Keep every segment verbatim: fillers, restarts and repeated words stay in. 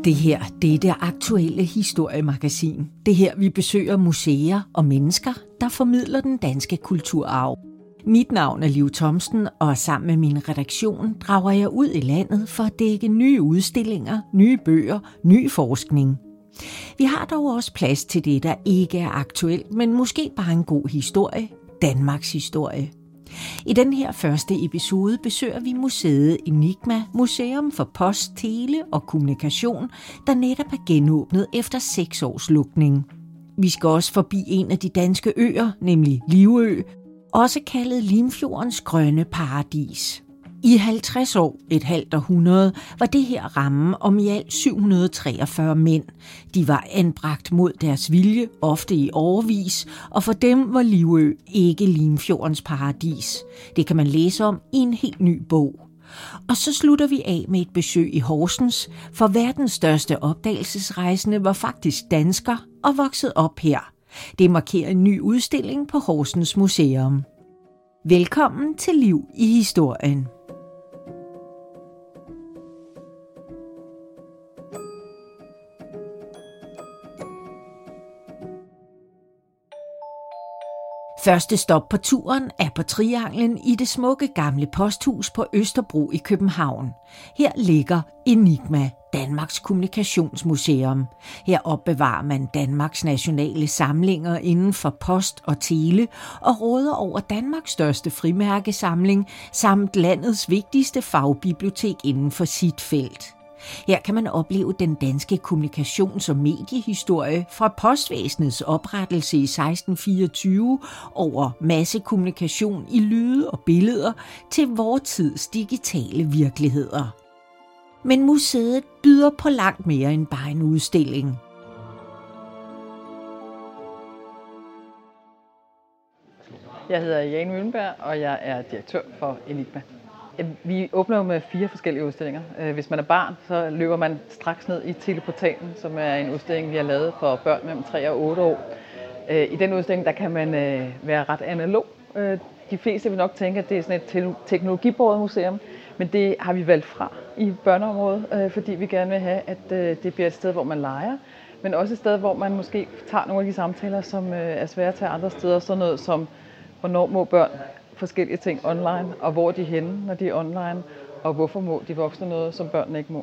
Det her, det er det aktuelle historiemagasin. Det her, vi besøger museer og mennesker, der formidler den danske kulturarv. Mit navn er Liv Thomsen, og sammen med min redaktion drager jeg ud i landet for at dække nye udstillinger, nye bøger, ny forskning. Vi har dog også plads til det, der ikke er aktuelt, men måske bare en god historie, Danmarks historie. I den her første episode besøger vi museet Enigma, Museum for Post, Tele og Kommunikation, der netop er genåbnet efter seks års lukning. Vi skal også forbi en af de danske øer, nemlig Livø, også kaldet Limfjordens grønne paradis. I halvtreds år, et halvt århundrede, var det her rammen om i alt syv hundrede og treogfyrre mænd. De var anbragt mod deres vilje, ofte i årevis, og for dem var Livø ikke Limfjordens paradis. Det kan man læse om i en helt ny bog. Og så slutter vi af med et besøg i Horsens, for verdens største opdagelsesrejsende var faktisk dansker og vokset op her. Det markerer en ny udstilling på Horsens Museum. Velkommen til Liv i historien. Første stop på turen er på Trianglen i det smukke gamle posthus på Østerbro i København. Her ligger Enigma, Danmarks Kommunikationsmuseum. Her opbevarer man Danmarks nationale samlinger inden for post og tele og råder over Danmarks største frimærkesamling samt landets vigtigste fagbibliotek inden for sit felt. Her kan man opleve den danske kommunikations- og mediehistorie fra postvæsenets oprettelse i seksten fireogtyve over massekommunikation i lyde og billeder til vor tids digitale virkeligheder. Men museet byder på langt mere end bare en udstilling. Jeg hedder Jane Møllenberg, og jeg er direktør for Enigma. Vi åbner jo med fire forskellige udstillinger. Hvis man er barn, så løber man straks ned i Teleportalen, som er en udstilling, vi har lavet for børn mellem tre og otte år. I den udstilling der kan man være ret analog. De fleste vil nok tænke, at det er sådan et teknologibåret museum, men det har vi valgt fra i børneområdet, fordi vi gerne vil have, at det bliver et sted, hvor man leger, men også et sted, hvor man måske tager nogle af de samtaler, som er svære at tage andre steder. Sådan noget som, hvornår må børn forskellige ting online, og hvor de er henne, når de er online, og hvorfor må de voksne noget, som børnene ikke må.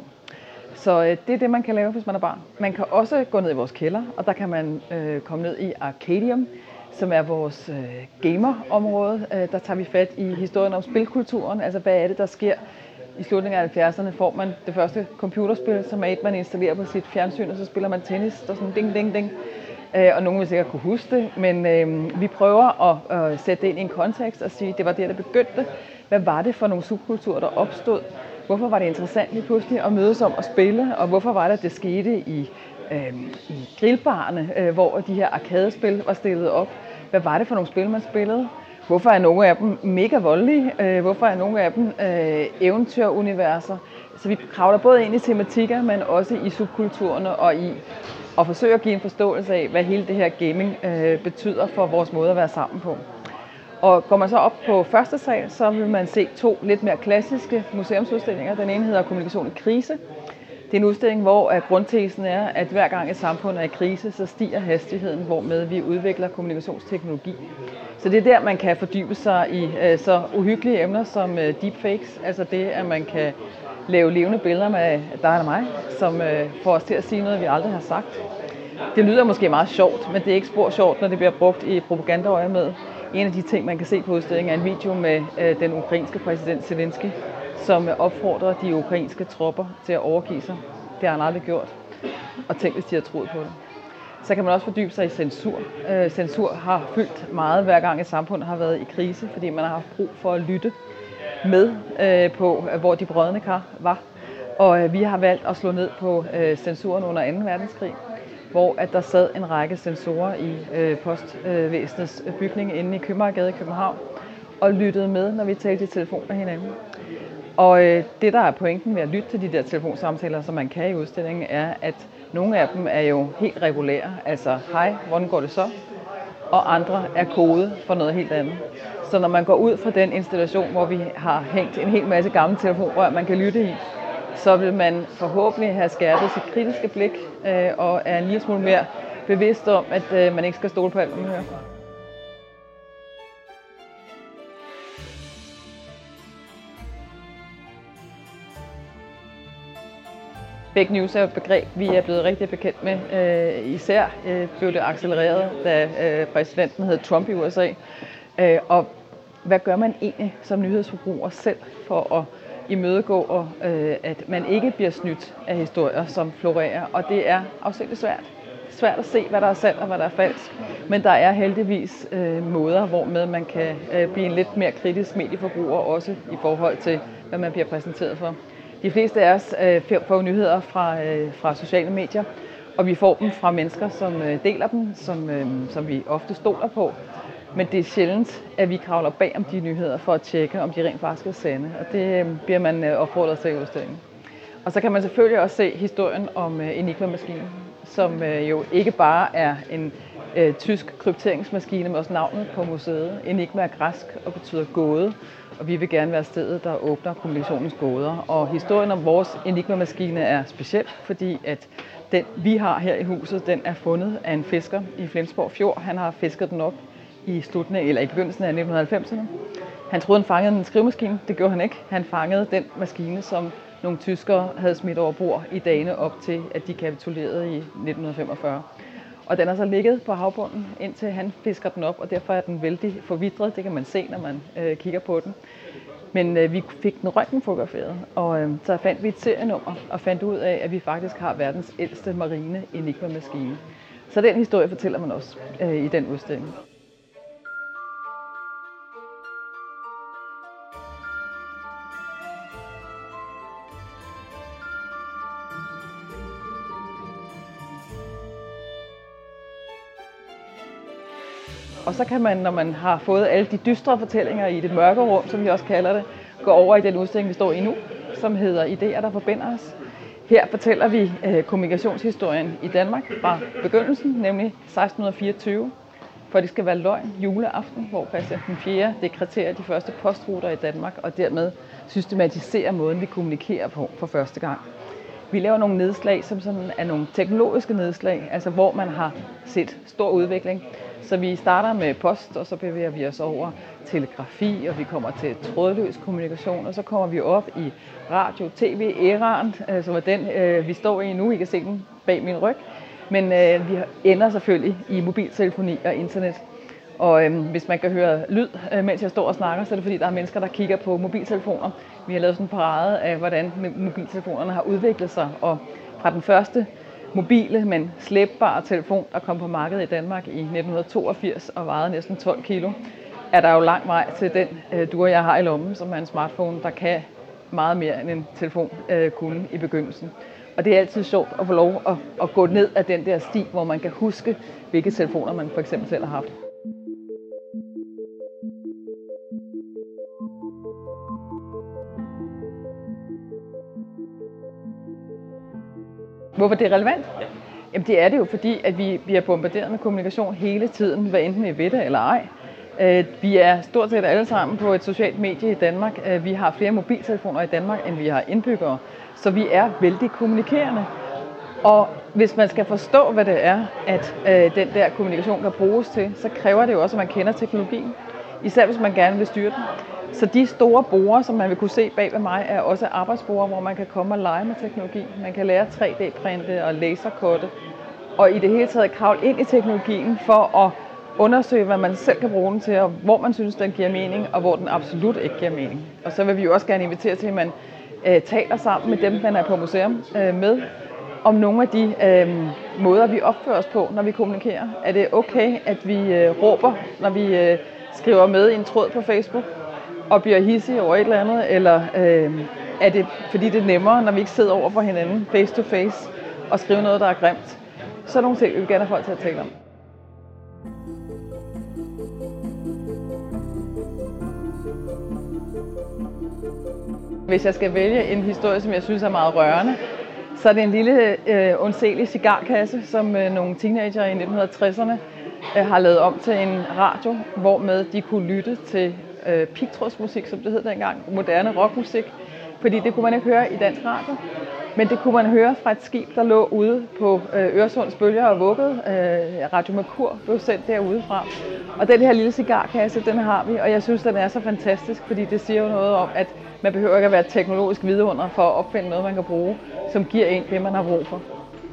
Så øh, det er det, man kan lave, hvis man er barn. Man kan også gå ned i vores kælder, og der kan man øh, komme ned i Arcadium, som er vores øh, gamerområde. Øh, der tager vi fat i historien om spilkulturen, altså hvad er det, der sker. I slutningen af halvfjerdserne får man det første computerspil, som er et, man installerer på sit fjernsyn, og så spiller man tennis, og sådan ding, ding, ding. Og nogen vil sikkert kunne huske det, men øh, vi prøver at øh, sætte det ind i en kontekst og sige, at det var der, der begyndte. Hvad var det for nogle subkulturer, der opstod? Hvorfor var det interessant lige pludselig at mødes om at spille? Og hvorfor var det, at det skete i, øh, i grillbarerne, øh, hvor de her arkadespil var stillet op? Hvad var det for nogle spil, man spillede? Hvorfor er nogle af dem mega voldelige? Øh, hvorfor er nogle af dem øh, eventyruniverser? Så vi kravler både ind i tematikker, men også i subkulturerne og i og forsøge at give en forståelse af, hvad hele det her gaming øh, betyder for vores måde at være sammen på. Og går man så op på første sal, så vil man se to lidt mere klassiske museumsudstillinger. Den ene hedder Kommunikation i krise. Det er en udstilling, hvor grundtesen er, at hver gang et samfund er i krise, så stiger hastigheden, hvormed vi udvikler kommunikationsteknologi. Så det er der, man kan fordybe sig i øh, så uhyggelige emner som øh, deepfakes, altså det, at man kan lave levende billeder med dig og mig, som øh, får os til at sige noget, vi aldrig har sagt. Det lyder måske meget sjovt, men det er ikke spor sjovt, når det bliver brugt i propagandaøje med. En af de ting, man kan se på udstillingen, er en video med øh, den ukrainske præsident Zelensky, som øh, opfordrer de ukrainske tropper til at overgive sig. Det har han aldrig gjort. Og tænk, hvis de har troet på det. Så kan man også fordybe sig i censur. Øh, censur har fyldt meget, hver gang et samfund har været i krise, fordi man har haft brug for at lytte med øh, på, hvor de brodne kar var. Og øh, vi har valgt at slå ned på øh, censuren under anden verdenskrig, hvor at der sad en række censorer i øh, postvæsenets øh, bygning inde i Købmagergade i København og lyttede med, når vi talte i telefon med hinanden. Og øh, det, der er pointen ved at lytte til de der telefonsamtaler, som man kan i udstillingen, er, at nogle af dem er jo helt regulære, altså hej, hvordan går det så? Og andre er kode for noget helt andet. Så når man går ud fra den installation, hvor vi har hængt en hel masse gamle telefonrør, man kan lytte i, så vil man forhåbentlig have skærpet sit kritiske blik øh, og er en lille smule mere bevidst om, at øh, man ikke skal stole på alt, hvad man hører. Fake news er et begreb, vi er blevet rigtig bekendt med. Øh, især øh, blev det accelereret, da øh, præsidenten hed Trump i U S A. Øh, og hvad gør man egentlig som nyhedsforbruger selv for at imødegå, og, øh, at man ikke bliver snydt af historier, som florerer? Og det er afsindigt svært. Svært at se, hvad der er sandt og hvad der er falsk. Men der er heldigvis øh, måder, hvormed man kan øh, blive en lidt mere kritisk medieforbruger, også i forhold til, hvad man bliver præsenteret for. De fleste af os øh, får nyheder fra, øh, fra sociale medier, og vi får dem fra mennesker, som øh, deler dem, som, øh, som vi ofte stoler på. Men det er sjældent, at vi kravler bag om de nyheder for at tjekke, om de rent faktisk er sande. Og det øh, bliver man øh, opfordret til i udstillingen. Og så kan man selvfølgelig også se historien om øh, Enigma-maskinen, som øh, jo ikke bare er en øh, tysk krypteringsmaskine, men også navnet på museet. Enigma er græsk og betyder gåde. Og vi vil gerne være stedet, der åbner kommunikationens gåder. Og historien om vores Enigma-maskine er speciel, fordi at den, vi har her i huset, den er fundet af en fisker i Flensborg Fjord. Han har fisket den op i slutningen, eller i begyndelsen af nitten halvfemserne. Han troede, han fangede en skrivemaskine. Det gjorde han ikke. Han fangede den maskine, som nogle tyskere havde smidt over bord i dagene op til, at de kapitulerede i nitten femogfyrre. Og den har så ligget på havbunden, indtil han fisker den op, og derfor er den vældig forvitret. Det kan man se, når man øh, kigger på den. Men øh, vi fik den røntgenfotograferet, og øh, så fandt vi et serienummer og fandt ud af, at vi faktisk har verdens ældste marine Enigma-maskine. Så den historie fortæller man også øh, i den udstilling. Og så kan man, når man har fået alle de dystre fortællinger i det mørke rum, som vi også kalder det, gå over i den udstilling, vi står i nu, som hedder Idéer, der forbinder os. Her fortæller vi øh, kommunikationshistorien i Danmark fra begyndelsen, nemlig seksten fireogtyve, for det skal være løgn juleaften, hvor Christian den fjerde dekreterer de første postruter i Danmark, og dermed systematiserer måden, vi kommunikerer på for første gang. Vi laver nogle nedslag, som sådan er nogle teknologiske nedslag, altså hvor man har set stor udvikling. Så vi starter med post, og så bevæger vi os over telegrafi, og vi kommer til trådløs kommunikation, og så kommer vi op i radio, tv-æraen, som er den, vi står i nu. I kan se den bag min ryg. Men øh, vi ender selvfølgelig i mobiltelefoni og internet. Og øh, hvis man kan høre lyd, øh, mens jeg står og snakker, så er det fordi, der er mennesker, der kigger på mobiltelefoner. Vi har lavet sådan en parade af, hvordan mobiltelefonerne har udviklet sig. Og fra den første mobile, men slæbbare telefon, der kom på markedet i Danmark i nitten toogfirs og vejede næsten tolv kilo, er der jo lang vej til den, øh, du og jeg har i lommen, som er en smartphone, der kan meget mere end en telefon øh, kunne i begyndelsen. Og det er altid sjovt at få lov at, at gå ned ad den der sti, hvor man kan huske, hvilke telefoner man for eksempel selv har haft. Hvorfor det er relevant? Jamen det er det jo, fordi at vi bliver bombarderet med kommunikation hele tiden, hvad enten vi ved det eller ej. Vi er stort set alle sammen på et socialt medie i Danmark. Vi har flere mobiltelefoner i Danmark, end vi har indbyggere. Så vi er vældig kommunikerende. Og hvis man skal forstå, hvad det er, at øh, den der kommunikation kan bruges til, så kræver det jo også, at man kender teknologien. Især hvis man gerne vil styre den. Så de store borer, som man vil kunne se bag ved mig, er også arbejdsborer, hvor man kan komme og lege med teknologi. Man kan lære tre D-printe og laserkorte. Og i det hele taget kravle ind i teknologien for at undersøge, hvad man selv kan bruge den til, og hvor man synes, den giver mening, og hvor den absolut ikke giver mening. Og så vil vi jo også gerne invitere til, at man øh, taler sammen med dem, man er på museum øh, med, om nogle af de øh, måder, vi opfører os på, når vi kommunikerer. Er det okay, at vi øh, råber, når vi øh, skriver med i en tråd på Facebook, og bliver hidsige over et eller andet, eller øh, er det, fordi det er nemmere, når vi ikke sidder over for hinanden face to face, og skriver noget, der er grimt? Så nogle ting, vi vil gerne have folk til at tale om. Hvis jeg skal vælge en historie, som jeg synes er meget rørende, så er det en lille øh, undselig cigarkasse, som øh, nogle teenager i nitten tresserne øh, har lavet om til en radio, hvormed de kunne lytte til øh, pigtrådsmusik, som det hed dengang, moderne rockmusik, fordi det kunne man ikke høre i dansk radio. Men det kunne man høre fra et skib, der lå ude på Øresunds bølger og vuggede. Radio Merkur blev sendt derudefra. Og den her lille cigarkasse, den har vi, og jeg synes, den er så fantastisk, fordi det siger jo noget om, at man behøver ikke at være et teknologisk vidunder for at opfinde noget, man kan bruge, som giver en det, man har brug for.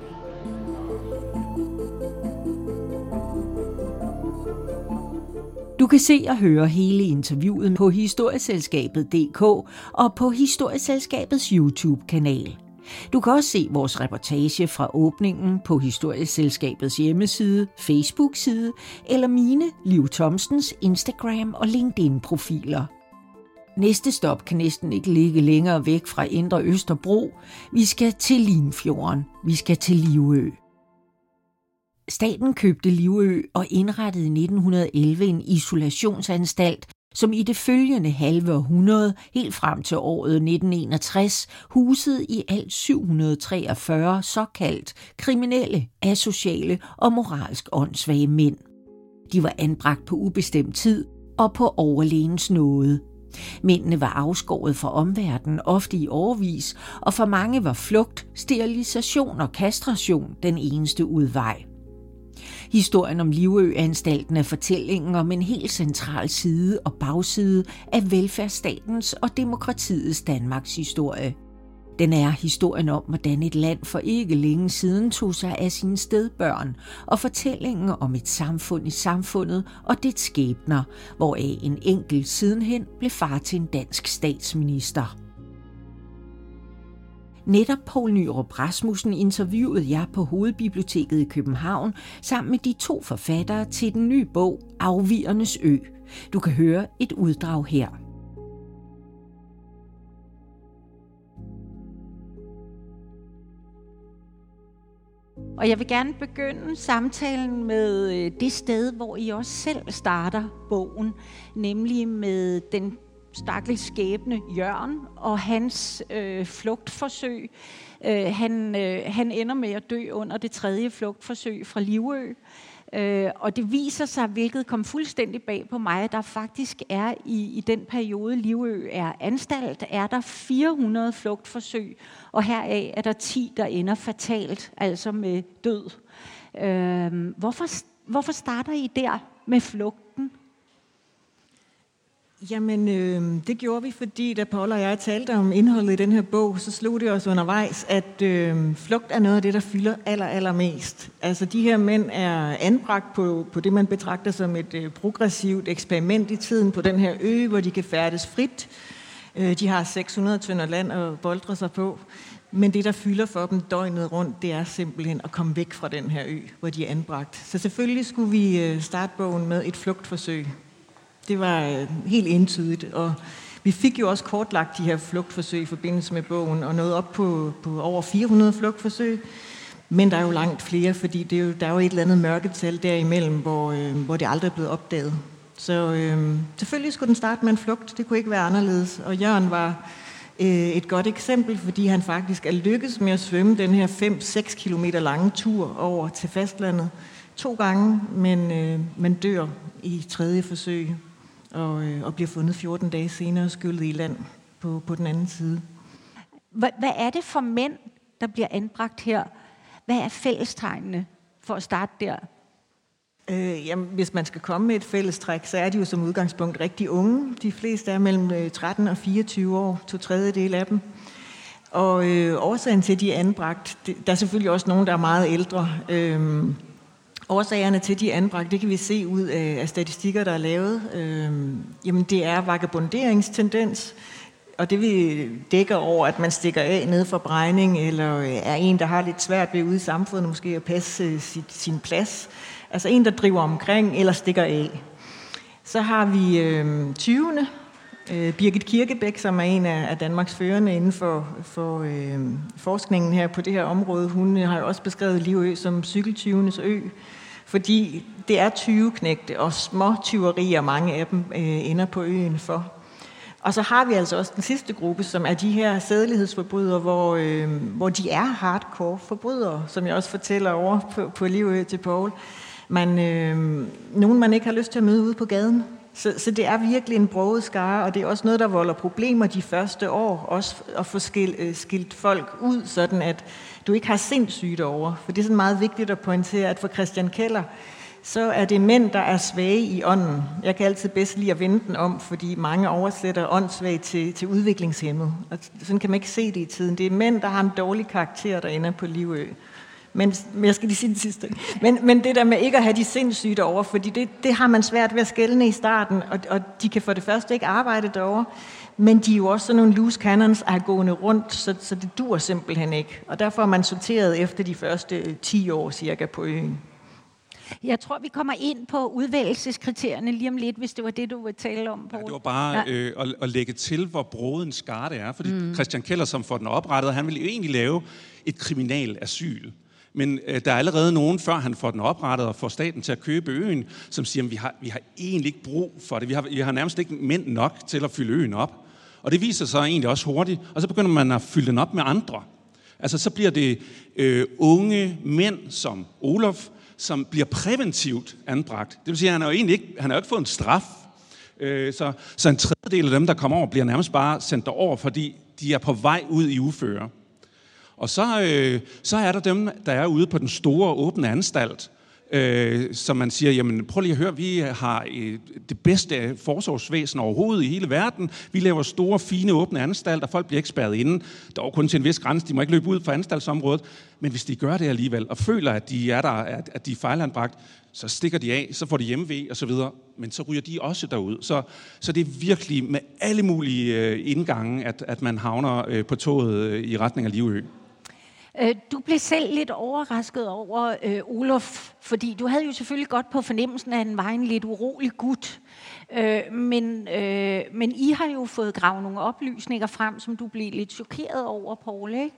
Du kan se og høre hele interviewet på historieselskabet punktum d k og på Historieselskabets YouTube-kanal. Du kan også se vores reportage fra åbningen på Historieselskabets hjemmeside, Facebook-side eller mine, Liv Thomsens, Instagram- og LinkedIn-profiler. Næste stop kan næsten ikke ligge længere væk fra Indre Østerbro. Vi skal til Limfjorden. Vi skal til Livø. Staten købte Livø og indrettede i nitten elleve en isolationsanstalt, som i det følgende halve århundrede, helt frem til året nitten enogtres, husede i alt syv hundrede treogfyrre såkaldt kriminelle, asociale og moralsk åndssvage mænd. De var anbragt på ubestemt tid og på overlægens nåde. Mændene var afskåret fra omverdenen, ofte i årevis, og for mange var flugt, sterilisation og kastration den eneste udvej. Historien om Livø-anstalten er fortællingen om en helt central side og bagside af velfærdsstatens og demokratiets Danmarks historie. Den er historien om, hvordan et land for ikke længe siden tog sig af sine stedbørn, og fortællingen om et samfund i samfundet og dets skæbner, hvoraf en enkelt sidenhen blev far til en dansk statsminister. Netop Poul Nyrup Rasmussen interviewede jeg på Hovedbiblioteket i København sammen med de to forfattere til den nye bog Afvigernes Ø. Du kan høre et uddrag her. Og jeg vil gerne begynde samtalen med det sted, hvor I også selv starter bogen, nemlig med den stakkels skæbne Jørgen og hans øh, flugtforsøg. Øh, han, øh, han ender med at dø under det tredje flugtforsøg fra Livø. Øh, og det viser sig, hvilket kom fuldstændig bag på mig, at der faktisk er i, i den periode, Livø er anstalt, er der fire hundrede flugtforsøg, og heraf er der ti, der ender fatalt, altså med død. Øh, hvorfor, hvorfor starter I der med flugten? Jamen, øh, det gjorde vi, fordi da Paul og jeg talte om indholdet i den her bog, så slog det os undervejs, at øh, flugt er noget af det, der fylder aller, allermest. Altså, de her mænd er anbragt på, på det, man betragter som et øh, progressivt eksperiment i tiden på den her ø, hvor de kan færdes frit. Øh, de har seks hundrede tønder land at boltre sig på. Men det, der fylder for dem døgnet rundt, det er simpelthen at komme væk fra den her ø, hvor de er anbragt. Så selvfølgelig skulle vi øh, starte bogen med et flugtforsøg. Det var øh, helt entydigt, og vi fik jo også kortlagt de her flugtforsøg i forbindelse med bogen, og nåede op på, på over fire hundrede flugtforsøg. Men der er jo langt flere, fordi det er jo, der er jo et eller andet mørketal derimellem, hvor, øh, hvor det aldrig er blevet opdaget. Så øh, selvfølgelig skulle den starte med en flugt, det kunne ikke være anderledes. Og Jørgen var øh, et godt eksempel, fordi han faktisk er lykkedes med at svømme den her fem til seks kilometer lange tur over til fastlandet to gange, men, øh, men dør i tredje forsøg. Og, øh, og bliver fundet fjorten dage senere skyllet i land på, på den anden side. Hvad, hvad er det for mænd, der bliver anbragt her? Hvad er fællestegnene for at starte der? Øh, jamen, hvis man skal komme med et fællestræk, så er de jo som udgangspunkt rigtig unge. De fleste er mellem tretten og fireogtyve år, to tredjedel af dem. Og øh, årsagen til, at de er anbragt, det, der er selvfølgelig også nogen, der er meget ældre. Øh, Årsagerne til, de er anbragt, det kan vi se ud af, af statistikker, der er lavet. Øhm, jamen, det er vagabonderingstendens, og det vi dækker over, at man stikker af nede for bregning, eller er en, der har lidt svært ved ude i samfundet måske at passe øh, sit, sin plads. Altså en, der driver omkring eller stikker af. Så har vi øh, tyvene. Øh, Birgit Kirkebæk, som er en af, af Danmarks førende inden for, for øh, forskningen her på det her område, hun har jo også beskrevet Livø som cykeltyvenes ø, fordi det er tyveknægte og små tyverier, mange af dem øh, ender på øen for. Og så har vi altså også den sidste gruppe, som er de her sædelighedsforbrydere, hvor, øh, hvor de er hardcore forbrydere, som jeg også fortæller over på, på Livø til Poul. Man, øh, nogen, man ikke har lyst til at møde ude på gaden. Så, så det er virkelig en broget skare, og det er også noget, der volder problemer de første år, også at få skilt, skilt folk ud, sådan at du ikke har sindssyge derovre. For det er sådan meget vigtigt at pointere, at for Christian Keller, så er det mænd, der er svage i ånden. Jeg kan altid bedst lide at vende den om, fordi mange oversætter åndssvag til, til udviklingshæmmet. Og sådan kan man ikke se det i tiden. Det er mænd, der har en dårlig karakter, der ender på Livø. Men, men jeg skal lige sige det sidste. Men, men det der med ikke at have de sindssyge derovre, fordi det, det har man svært ved at skelne i starten, og, og de kan for det første ikke arbejde derovre, men de er jo også sådan nogle loose cannons, er gående rundt, så, så det dur simpelthen ikke. Og derfor er man sorteret efter de første ti år cirka på øen. Jeg tror, vi kommer ind på udvælgelseskriterierne lige om lidt, hvis det var det, du ville tale om, Poul. Ja, det var bare ja. øh, at, at lægge til, hvor broget en skare det er. Fordi mm. Christian Keller, som får den oprettet, han ville jo egentlig lave et kriminalasyl. Men øh, der er allerede nogen, før han får den oprettet og får staten til at købe øen, som siger, at vi har, vi har egentlig ikke brug for det. Vi har, vi har nærmest ikke mænd nok til at fylde øen op. Og det viser sig egentlig også hurtigt. Og så begynder man at fylde den op med andre. Altså så bliver det øh, unge mænd som Olof, som bliver præventivt anbragt. Det vil sige, at han har jo egentlig ikke, han har jo ikke fået en straf. Øh, så, så en tredjedel af dem, der kommer over, bliver nærmest bare sendt derover, fordi de er på vej ud i uføre. Og så, øh, så er der dem, der er ude på den store åbne anstalt, øh, som man siger, jamen prøv lige at høre, vi har øh, det bedste forsorgsvæsen overhovedet i hele verden. Vi laver store, fine, åbne anstalter, folk bliver ikke spærret inde. Der er kun til en vis grænse, de må ikke løbe ud fra anstaltsområdet. Men hvis de gør det alligevel, og føler, at de er der, at de er fejlanbragt, så stikker de af, så får de hjemmevæg og så videre. Men så ryger de også derud. Så, så det er virkelig med alle mulige øh, indgange, at, at man havner øh, på toget øh, i retning af Livø. Du blev selv lidt overrasket over øh, Olof, fordi du havde jo selvfølgelig godt på fornemmelsen, at han var en lidt urolig gut. Øh, men, øh, men I har jo fået gravet nogle oplysninger frem, som du blev lidt chokeret over, Poul, ikke?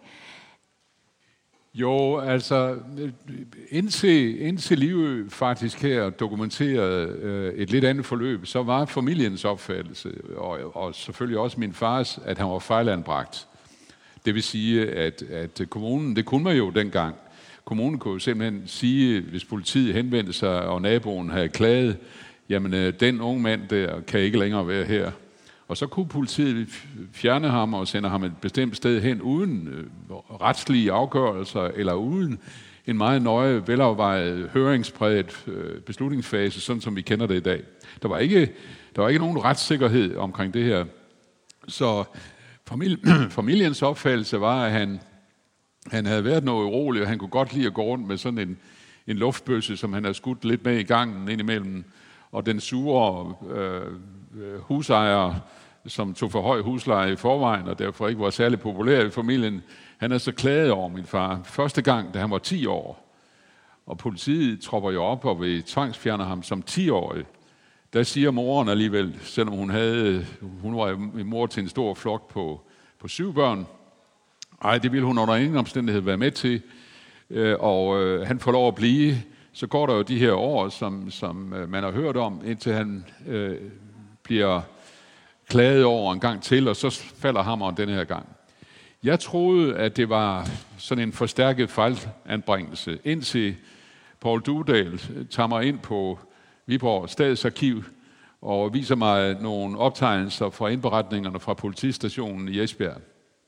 Jo, altså indtil, indtil Livø faktisk her dokumenterede øh, et lidt andet forløb, så var familiens opfattelse, og, og selvfølgelig også min fars, at han var fejlanbragt. Det vil sige, at, at kommunen, det kunne man jo dengang, kommunen kunne jo simpelthen sige, hvis politiet henvendte sig, og naboen havde klaget, jamen den unge mand der kan ikke længere være her. Og så kunne politiet fjerne ham og sende ham et bestemt sted hen, uden retslige afgørelser, eller uden en meget nøje, velafvejet, høringspræget beslutningsfase, sådan som vi kender det i dag. Der var ikke, der var ikke nogen retssikkerhed omkring det her. Så familiens opfattelse var, at han, han havde været noget urolig, og han kunne godt lide at gå rundt med sådan en, en luftbøsse, som han havde skudt lidt med i gangen indimellem. Og den sure øh, husejer, som tog for høj husleje i forvejen, og derfor ikke var særlig populær i familien, han havde så klaget over min far. Første gang, da han var ti år. Og politiet tropper jo op og vil tvangsfjerne ham som ti-årig. Der siger moren alligevel, selvom hun havde, hun var mor til en stor flok på, på syv børn. Ej, det ville hun under ingen omstændighed være med til. Og øh, han får lov at blive. Så går der jo de her år, som, som man har hørt om, indtil han øh, bliver klaget over en gang til, og så falder hammeren den her gang. Jeg troede, at det var sådan en forstærket fejlanbringelse, indtil Poul Duedal tager mig ind på Viborg Stadsarkiv og viser mig nogle optegnelser fra indberetningerne fra politistationen i Esbjerg.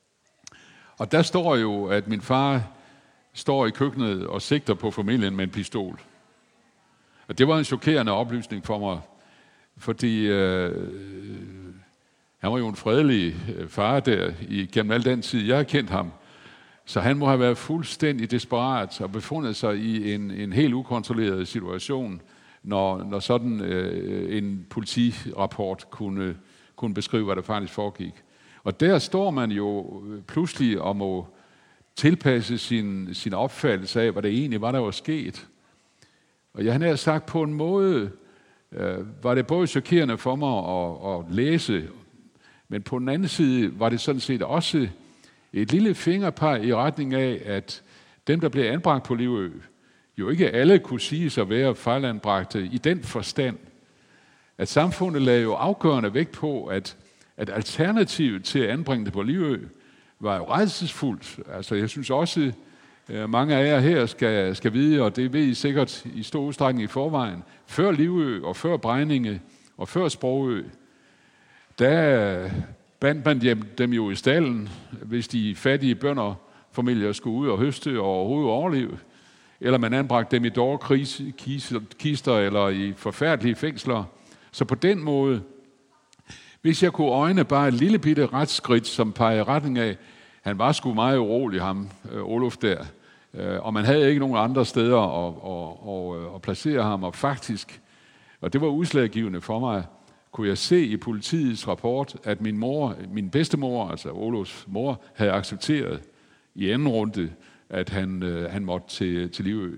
Og der står jo, at min far står i køkkenet og sigter på familien med en pistol. Og det var en chokerende oplysning for mig, fordi øh, han var jo en fredelig far der gennem al den tid, jeg har kendt ham. Så han må have været fuldstændig desperat og befundet sig i en, en helt ukontrolleret situation, når, når sådan øh, en politirapport kunne, kunne beskrive, hvad der faktisk foregik. Og der står man jo pludselig og må tilpasse sin, sin opfattelse af, hvad det egentlig var, der var sket. Og jeg havde sagt på en måde, øh, var det både chokerende for mig at, at læse, men på den anden side var det sådan set også et lille fingerpeg i retning af, at dem, der blev anbragt på Livø, jo ikke alle kunne sige sig at være fejlanbragte i den forstand, at samfundet lagde jo afgørende vægt på, at, at alternativet til at anbringe det på Livø var jo rædselsfuldt. Altså jeg synes også, at mange af jer her skal, skal vide, og det ved I sikkert i stor udstrækning i forvejen, før Livø og før Bregninge Og før Sprogø, der bandt man dem jo i stallen, hvis de fattige bønderfamilier skulle ud og høste og overhovedet overleve. Eller man anbragte dem i dårkister eller i forfærdelige fængsler. Så på den måde, hvis jeg kunne øjne bare et lille bitte retsskridt, som peger i retning af, han var sgu meget urolig, ham, Olof der, og man havde ikke nogen andre steder at, at, at, at placere ham, og faktisk, og det var udslaggivende for mig, kunne jeg se i politiets rapport, at min mor, min bedstemor, altså Olofs mor, havde accepteret i anden runde, at han, øh, han måtte til, til Livø.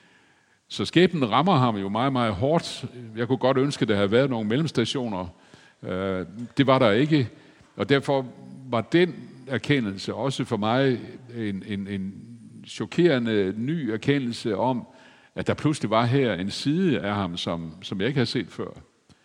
Så skæbnen rammer ham jo meget, meget hårdt. Jeg kunne godt ønske, at der havde været nogle mellemstationer. Øh, det var der ikke, og derfor var den erkendelse også for mig en, en, en chokerende ny erkendelse om, at der pludselig var her en side af ham, som, som jeg ikke havde set før.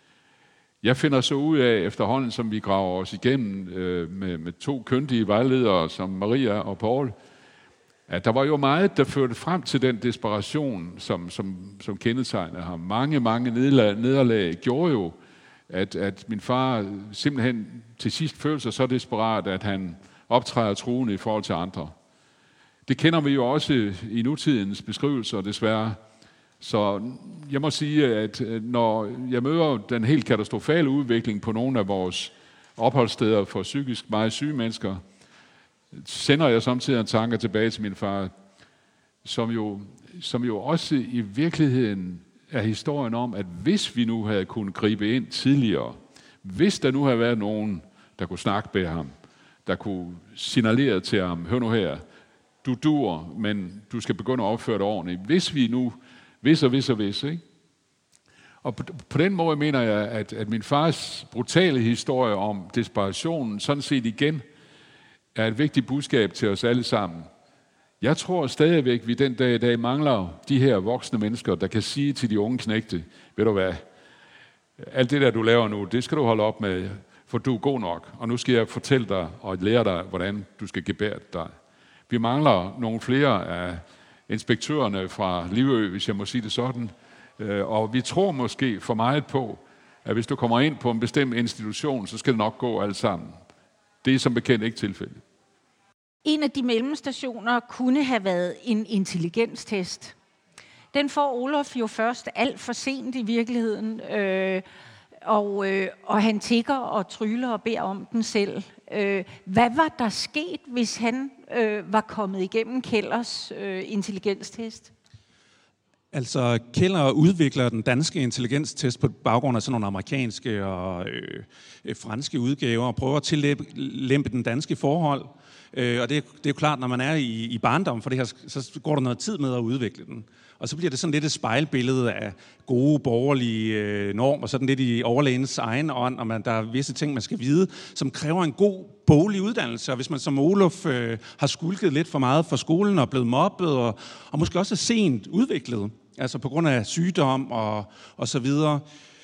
Jeg finder så ud af, efterhånden som vi graver os igennem øh, med, med to kyndige vejledere, som Maria og Paul, at der var jo meget, der førte frem til den desperation, som, som, som kendetegnede ham. Mange, mange nederlag, nederlag gjorde jo, at, at min far simpelthen til sidst følte sig så desperat, at han optræder truende i forhold til andre. Det kender vi jo også i nutidens beskrivelser, desværre. Så jeg må sige, at når jeg møder den helt katastrofale udvikling på nogle af vores opholdssteder for psykisk meget syge mennesker, sender jeg samtidig en tanke tilbage til min far, som jo, som jo også i virkeligheden er historien om, at hvis vi nu havde kunnet gribe ind tidligere, hvis der nu havde været nogen, der kunne snakke med ham, der kunne signalere til ham, hør nu her, du dur, men du skal begynde at opføre dig ordentligt. Hvis vi nu, hvis og hvis og hvis, ikke? Og på, på den måde mener jeg, at, at min fars brutale historie om desperationen sådan set igen er et vigtigt budskab til os alle sammen. Jeg tror stadigvæk, vi den dag i dag mangler de her voksne mennesker, der kan sige til de unge knægte, ved du hvad, alt det der, du laver nu, det skal du holde op med, for du er god nok, og nu skal jeg fortælle dig og lære dig, hvordan du skal gebære dig. Vi mangler nogle flere af inspektørerne fra Livø, hvis jeg må sige det sådan, og vi tror måske for meget på, at hvis du kommer ind på en bestemt institution, så skal det nok gå alt sammen. Det er som bekendt ikke tilfældet. En af de mellemstationer kunne have været en intelligenstest. Den får Olof jo først alt for sent i virkeligheden, øh, og, øh, og han tigger og tryller og beder om den selv. Øh, hvad var der sket, hvis han øh, var kommet igennem Kellers øh, intelligenstest? Altså, Keller udvikler den danske intelligenstest på baggrund af sådan nogle amerikanske og øh, franske udgaver og prøver at tillempe den danske forhold. Øh, og det, det er jo klart, når man er i, i barndom for det her, så går der noget tid med at udvikle den. Og så bliver det sådan lidt et spejlbillede af gode borgerlige øh, normer, sådan lidt i overlægens egen ånd, og man, der er visse ting, man skal vide, som kræver en god boglig uddannelse. Og hvis man som Olof øh, har skulket lidt for meget fra skolen og blevet mobbet, og, og måske også sent udviklet, altså på grund af sygdom og, og så videre,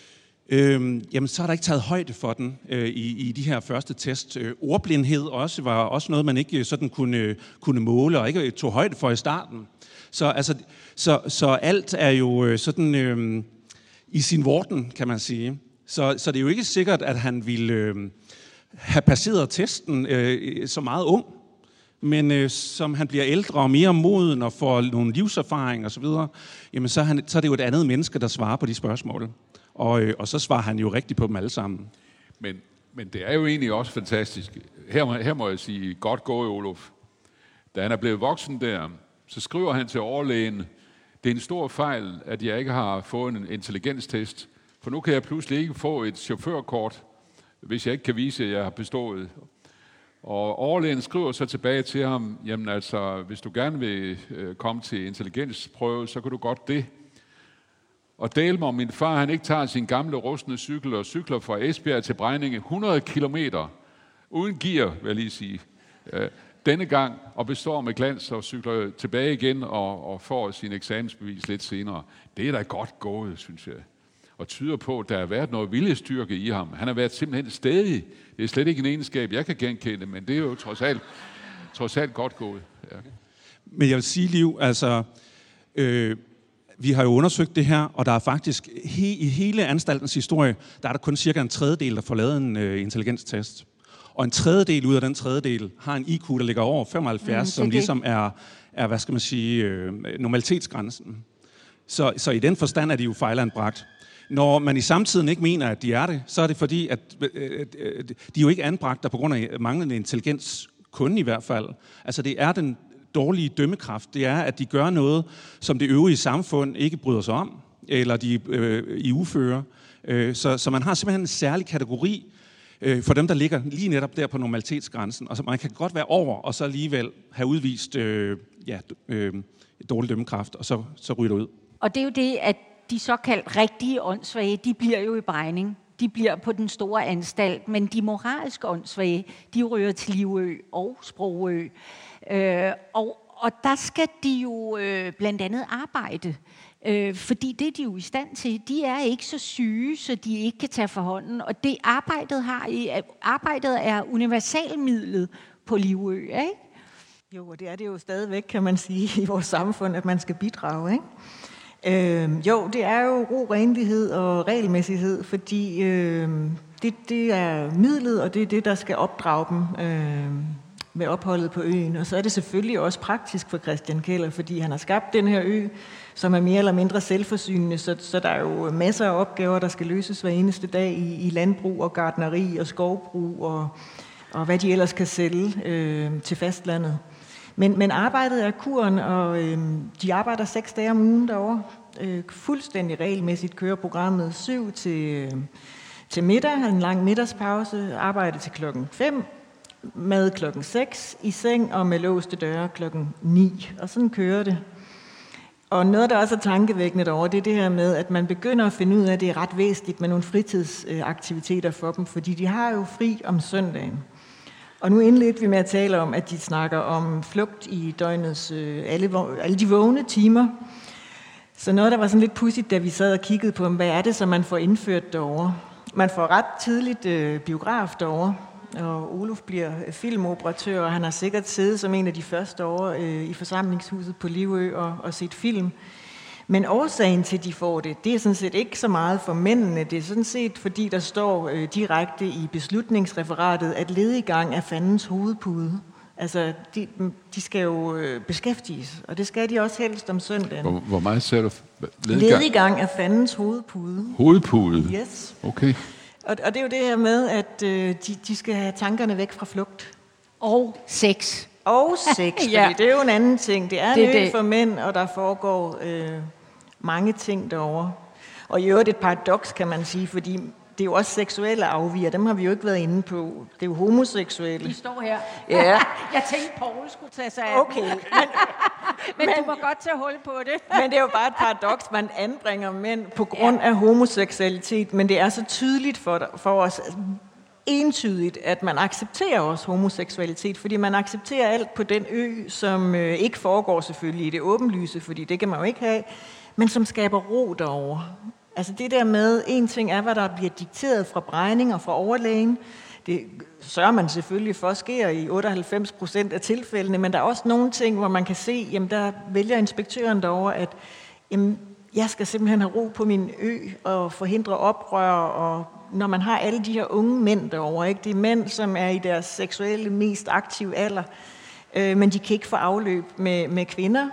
Øhm, jamen så er der ikke taget højde for den øh, i, i de her første test. Øh, ordblindhed også var også noget, man ikke sådan kunne, kunne måle og ikke tog højde for i starten. Så, altså, så, så alt er jo sådan øh, i sin vorden, kan man sige. Så, så det er jo ikke sikkert, at han ville øh, have passeret testen øh, så meget ung. Men øh, som han bliver ældre og mere moden og får nogle livserfaringer osv., jamen så er, han, så er det jo et andet menneske, der svarer på de spørgsmål. Og, øh, og så svarer han jo rigtigt på dem alle sammen. Men, men det er jo egentlig også fantastisk. Her, her må jeg sige, godt gået, Olof. Da han er blevet voksen der, så skriver han til overlægen, det er en stor fejl, at jeg ikke har fået en intelligenstest, for nu kan jeg pludselig ikke få et chaufførkort, hvis jeg ikke kan vise, at jeg har bestået. Og overlægen skriver så tilbage til ham, jamen altså, hvis du gerne vil øh, komme til intelligensprøve, så kan du godt det. Og dele mig om min far, han ikke tager sin gamle rustne cykel og cykler fra Esbjerg til Bregninge hundrede kilometer, uden gear, vil jeg lige sige, øh, denne gang, og består med glans og cykler tilbage igen og, og får sin eksamensbevis lidt senere. Det er da godt gået, synes jeg. Og tyder på, at der har været noget viljestyrke i ham. Han har været simpelthen stædig. Det er slet ikke en egenskab, jeg kan genkende, men det er jo trods alt, trods alt godt gået. Ja. Men jeg vil sige, Liv, altså, øh, Vi har jo undersøgt det her, og der er faktisk he, i hele anstaltens historie, der er der kun cirka en tredjedel, der får lavet en uh, intelligenstest. Og en tredjedel ud af den tredjedel har en I Q, der ligger over femoghalvfjerds, mm, som ligesom er, er, hvad skal man sige, øh, normalitetsgrænsen. Så, så i den forstand er de jo fejlanbragt. Når man i samtiden ikke mener, at de er det, så er det fordi, at øh, de er jo ikke anbragt der på grund af manglende intelligens, kun i hvert fald. Altså det er den dårlige dømmekraft. Det er, at de gør noget, som det øvrige samfund ikke bryder sig om, eller de øh, i ufører. Øh, så, så man har simpelthen en særlig kategori øh, for dem, der ligger lige netop der på normalitetsgrænsen. Og så man kan godt være over, og så alligevel have udvist øh, ja, øh, dårlig dømmekraft, og så, så ryger det ud. Og det er jo det, at de såkaldt rigtige åndssvage, de bliver jo i Brejning. De bliver på den store anstalt, men de moralske åndssvage, de ryger til Livø og Sprogø. Øh, og, og der skal de jo øh, blandt andet arbejde, øh, fordi det er de jo i stand til. De er ikke så syge, så de ikke kan tage for hånden, og det arbejdet, har i, arbejdet er universalmidlet på Livø, ikke? Jo, og det er det jo stadigvæk, kan man sige, i vores samfund, at man skal bidrage, ikke? Øh, jo, det er jo ro, renlighed og regelmæssighed, fordi øh, det, det er midlet, og det er det, der skal opdrage dem øh, med opholdet på øen. Og så er det selvfølgelig også praktisk for Christian Keller, fordi han har skabt den her ø, som er mere eller mindre selvforsynende, så, så der er jo masser af opgaver, der skal løses hver eneste dag i, i landbrug og gartneri og skovbrug og, og hvad de ellers kan sælge øh, til fastlandet. Men, men arbejdet er kuren, og øh, de arbejder seks dage om ugen derovre. Øh, fuldstændig regelmæssigt kører programmet syv til, øh, til middag, en lang middagspause, arbejde til klokken fem, mad klokken seks, i seng og med låste døre klokken ni. Og sådan kører det. Og noget, der også er tankevækkende derovre, det er det her med, at man begynder at finde ud af, at det er ret væsentligt med nogle fritidsaktiviteter for dem, fordi de har jo fri om søndagen. Og nu indledte vi med at tale om, at de snakker om flugt i døgnets øh, alle, alle de vågne timer. Så noget, der var sådan lidt pudsigt, da vi sad og kiggede på, hvad er det, som man får indført derovre. Man får ret tidligt øh, biograf derovre, og Olof bliver filmoperatør, og han har sikkert siddet som en af de første år øh, i forsamlingshuset på Livø og, og set film. Men årsagen til, at de får det, det er sådan set ikke så meget for mændene. Det er sådan set, fordi der står øh, direkte i beslutningsreferatet, at lediggang er fandens hovedpude. Altså, de, de skal jo øh, beskæftiges, og det skal de også helst om søndagen. Hvor, hvor meget sagde du? Lediggang? Lediggang er fandens hovedpude. Hovedpude? Yes. Okay. Og, og det er jo det her med, at øh, de, de skal have tankerne væk fra flugt. Og sex. Og sex, Ja. fordi det er jo en anden ting. Det er Det er en ø det. for mænd, og der foregår øh, mange ting derovre. Og i øvrigt et paradoks, kan man sige, fordi det er jo også seksuelle afviger. Dem har vi jo ikke været inde på. Det er jo homoseksuelle. De står her. Ja. Jeg tænkte, Poul skulle tage sig af Okay, den. men, Men men- du må godt tage hul på det. men det er jo bare et paradoks, man anbringer mænd på grund af homoseksualitet, men det er så tydeligt for, for os, altså, entydigt, at man accepterer også homoseksualitet, fordi man accepterer alt på den ø, som øh, ikke foregår selvfølgelig i det åbenlyse, fordi det kan man jo ikke have, men som skaber ro derovre. Altså det der med, en ting er, hvad der bliver dikteret fra Brejning og fra overlægen. Det sørger man selvfølgelig for, sker i otteoghalvfems procent af tilfældene, men der er også nogle ting, hvor man kan se, jamen der vælger inspektøren derovre, at jamen, jeg skal simpelthen have ro på min ø og forhindre oprør, og når man har alle de her unge mænd derovre, ikke? Det er mænd, som er i deres seksuelle mest aktive alder, øh, men de kan ikke få afløb med, med kvinder,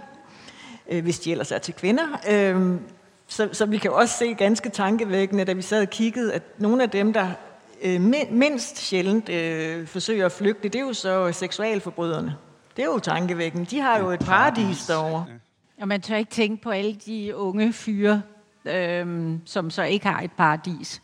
øh, hvis de ellers er til kvinder. Øh, så, så vi kan også se ganske tankevækkende, da vi sad og kiggede, at nogle af dem, der øh, mindst sjældent øh, forsøger at flygte, det er jo så seksualforbryderne. Det er jo tankevækkende. De har jo et paradis derovre. Og man tør ikke tænke på alle de unge fyre, øhm, som så ikke har et paradis.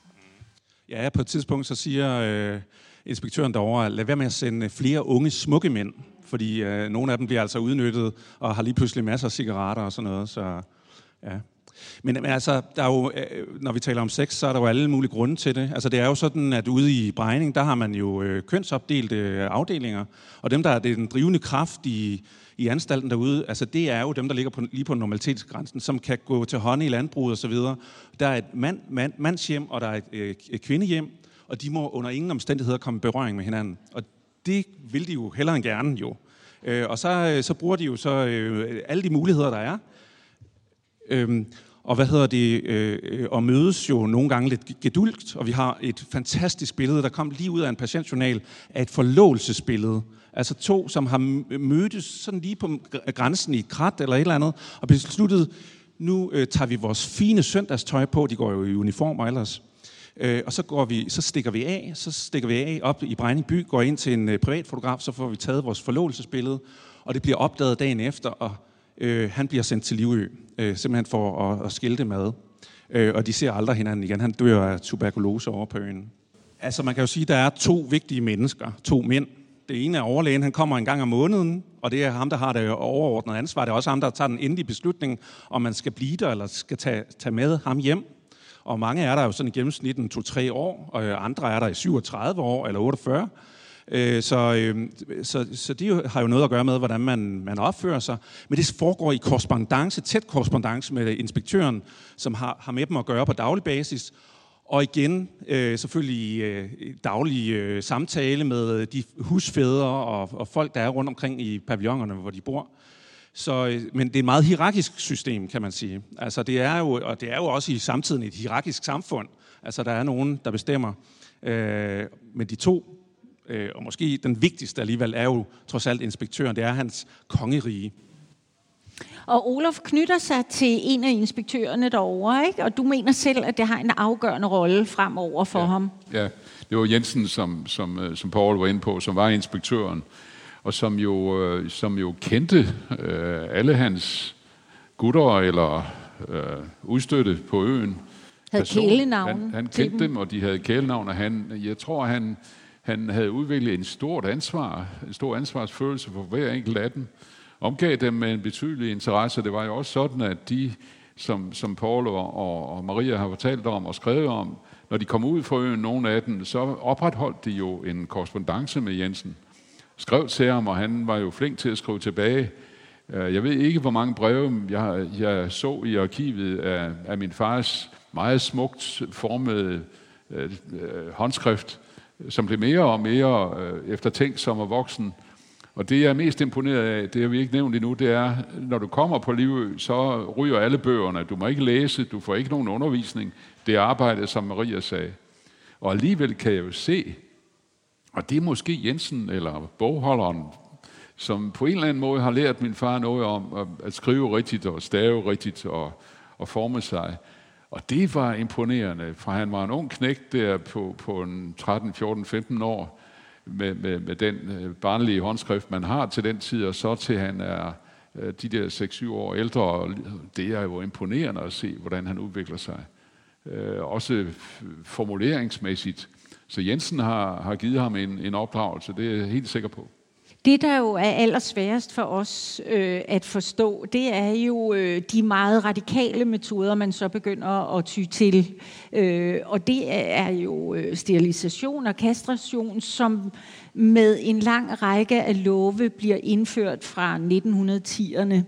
Ja, på et tidspunkt så siger øh, inspektøren derovre, lad være med at sende flere unge smukke mænd, fordi øh, nogle af dem bliver altså udnyttet og har lige pludselig masser af cigaretter og sådan noget. Så, ja. Men, men altså, der er jo, øh, når vi taler om sex, så er der jo alle mulige grunde til det. Altså det er jo sådan, at ude i Brejning, der har man jo øh, kønsopdelte øh, afdelinger, og dem, der er det er den drivende kraft i, i anstalten derude, altså det er jo dem, der ligger på, lige på normalitetsgrænsen, som kan gå til hånd i landbruget og så videre. Der er et mand, mand, mandshjem, og der er et, øh, et kvindehjem, og de må under ingen omstændigheder komme i berøring med hinanden. Og det vil de jo hellere end gerne jo. Øh, og så, så bruger de jo så øh, alle de muligheder, der er. Øhm, og hvad hedder det, øh, og mødes jo nogle gange lidt gedulgt, og vi har et fantastisk billede, der kom lige ud af en patientjournal, af et forlovelsesbillede. Altså to, som har mødtes sådan lige på grænsen i et krat eller et eller andet, og besluttet, nu øh, tager vi vores fine søndagstøj på, de går jo i uniformer ellers, øh, og så, går vi, så stikker vi af, så stikker vi af op i Brejning by, går ind til en øh, privatfotograf, så får vi taget vores forlovelsesbillede, og det bliver opdaget dagen efter, og øh, han bliver sendt til Livø, øh, simpelthen for at, at skilte med. Øh, og de ser aldrig hinanden igen. Han dør af tuberkulose over på øen. Altså man kan jo sige, at der er to vigtige mennesker, to mænd. Det ene er overlægen, han kommer en gang om måneden, og det er ham, der har det overordnede ansvar. Det er også ham, der tager den endelige beslutning, om man skal blive der, eller skal tage, tage med ham hjem. Og mange er der jo sådan i gennemsnit to-tre år, og andre er der i syvogtredive år, eller otteogfyrre. Så, så, så de har jo noget at gøre med, hvordan man, man opfører sig. Men det foregår i korrespondance, tæt korrespondance med inspektøren, som har, har med dem at gøre på daglig basis. Og igen, øh, selvfølgelig øh, daglig øh, samtale med de husfædre og, og folk, der er rundt omkring i pavillonerne, hvor de bor. Så, øh, men det er et meget hierarkisk system, kan man sige. Altså, det er jo, og det er jo også i samtiden et hierarkisk samfund. Altså, der er nogen, der bestemmer. Øh, men de to, øh, og måske den vigtigste alligevel, er jo trods alt inspektøren. Det er hans kongerige. Og Olof knytter sig til en af inspektørerne derovre, ikke? Og du mener selv, at det har en afgørende rolle fremover for ja. ham. Ja, det var Jensen, som, som, som Paul var inde på, som var inspektøren, og som jo, øh, som jo kendte øh, alle hans gutter eller øh, udstøtte på øen. Havde kælenavn. Han, han kendte dem, og de havde kælenavn, og han, jeg tror, han, han havde udviklet en stort ansvar, en stor ansvarsfølelse for hver enkelt af dem. Omgav dem med en betydelig interesse. Det var jo også sådan, at de, som, som Paul og, og Maria har fortalt om og skrevet om, når de kom ud fra øen, nogle af dem, så opretholdt de jo en korrespondance med Jensen. Skrev til ham, og han var jo flink til at skrive tilbage. Jeg ved ikke, hvor mange breve jeg, jeg så i arkivet af, af min fars meget smukt formede øh, håndskrift, som blev mere og mere øh, eftertænksom og voksen. Og det, jeg er mest imponeret af, det har vi ikke nævnt endnu, det er, når du kommer på Livø, så ryger alle bøgerne. Du må ikke læse, du får ikke nogen undervisning. Det er arbejdet, som Maria sagde. Og alligevel kan jeg jo se, og det er måske Jensen eller bogholderen, som på en eller anden måde har lært min far noget om at skrive rigtigt og stave rigtigt og, og forme sig. Og det var imponerende, for han var en ung knægt der på, på en tretten, fjorten, femten år, Med, med, med den barnlige håndskrift, man har til den tid, og så til han er de der seks syv år ældre, og det er jo imponerende at se, hvordan han udvikler sig. Øh, også formuleringsmæssigt. Så Jensen har, har givet ham en, en opdragelse, det er jeg helt sikker på. Det, der jo er allersværest for os øh, at forstå, det er jo øh, de meget radikale metoder, man så begynder at ty til. Øh, og det er jo øh, sterilisation og kastration, som med en lang række af love bliver indført fra nitten tierne.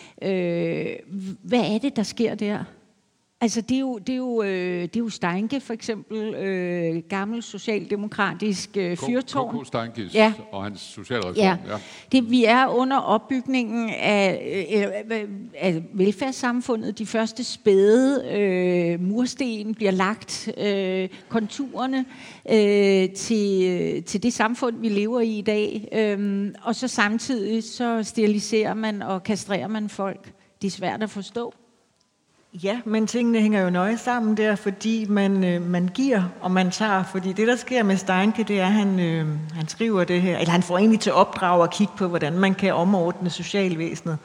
Øh, hvad er det, der sker der? Altså, det er jo, det er jo, øh, det er jo Steinke, for eksempel, øh, gammel socialdemokratisk øh, fyrtårn. K K Steinkes ja. og hans socialreform. Ja. Ja. Det, vi er under opbygningen af, øh, af velfærdssamfundet. De første spæde øh, mursten bliver lagt, øh, konturerne øh, til, til det samfund, vi lever i i dag. Øh, og så samtidig så steriliserer man og kastrerer man folk. Det er svært at forstå. Ja, men tingene hænger jo nøje sammen der, fordi man, øh, man giver, og man tager. Fordi det, der sker med Steinke, det er, at han, øh, han skriver det her, eller han får egentlig til opdrag at kigge på, hvordan man kan omordne socialvæsenet.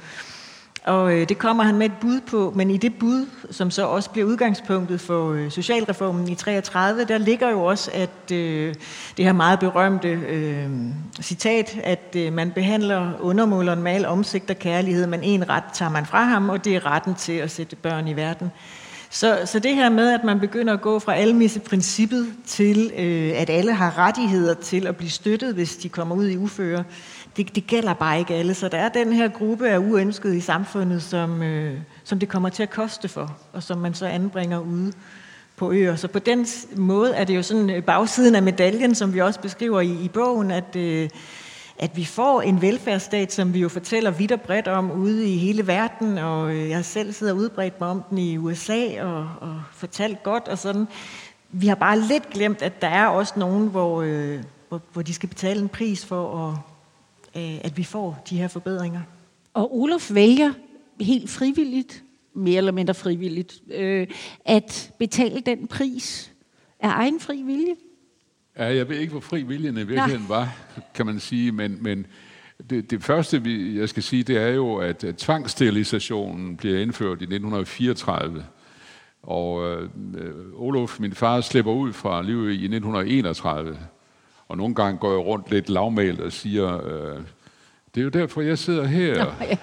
Og øh, det kommer han med et bud på, men i det bud, som så også bliver udgangspunktet for øh, socialreformen i treogtredive, der ligger jo også, at øh, det her meget berømte øh, citat, at øh, man behandler undermåleren med al omsigt og kærlighed, men en ret tager man fra ham, og det er retten til at sætte børn i verden. Så, så det her med, at man begynder at gå fra almisseprincippet til, øh, at alle har rettigheder til at blive støttet, hvis de kommer ud i uføre, det, det gælder bare ikke alle. Så der er den her gruppe af uønskede i samfundet, som, øh, som det kommer til at koste for, og som man så anbringer ude på øer. Så på den måde er det jo sådan bagsiden af medaljen, som vi også beskriver i, i bogen, at, øh, at vi får en velfærdsstat, som vi jo fortæller vidt og bredt om ude i hele verden, og jeg selv sidder udbredt mig om den i U S A og, og fortalt godt og sådan. Vi har bare lidt glemt, at der er også nogen, hvor, øh, hvor, hvor de skal betale en pris for, at, øh, at vi får de her forbedringer. Og Olof vælger helt frivilligt, mere eller mindre frivilligt, øh, at betale den pris af egen fri vilje. Ja, jeg ved ikke, hvor fri viljen i virkeligheden var, kan man sige, men, men det, det første, vi, jeg skal sige, det er jo, at tvangssterilisationen bliver indført i nitten fireogtredive, og øh, Olof, min far, slipper ud fra livet i nitten enogtredive, og nogle gange går jeg rundt lidt lavmælt og siger, øh, det er jo derfor, jeg sidder her. Nå, ja.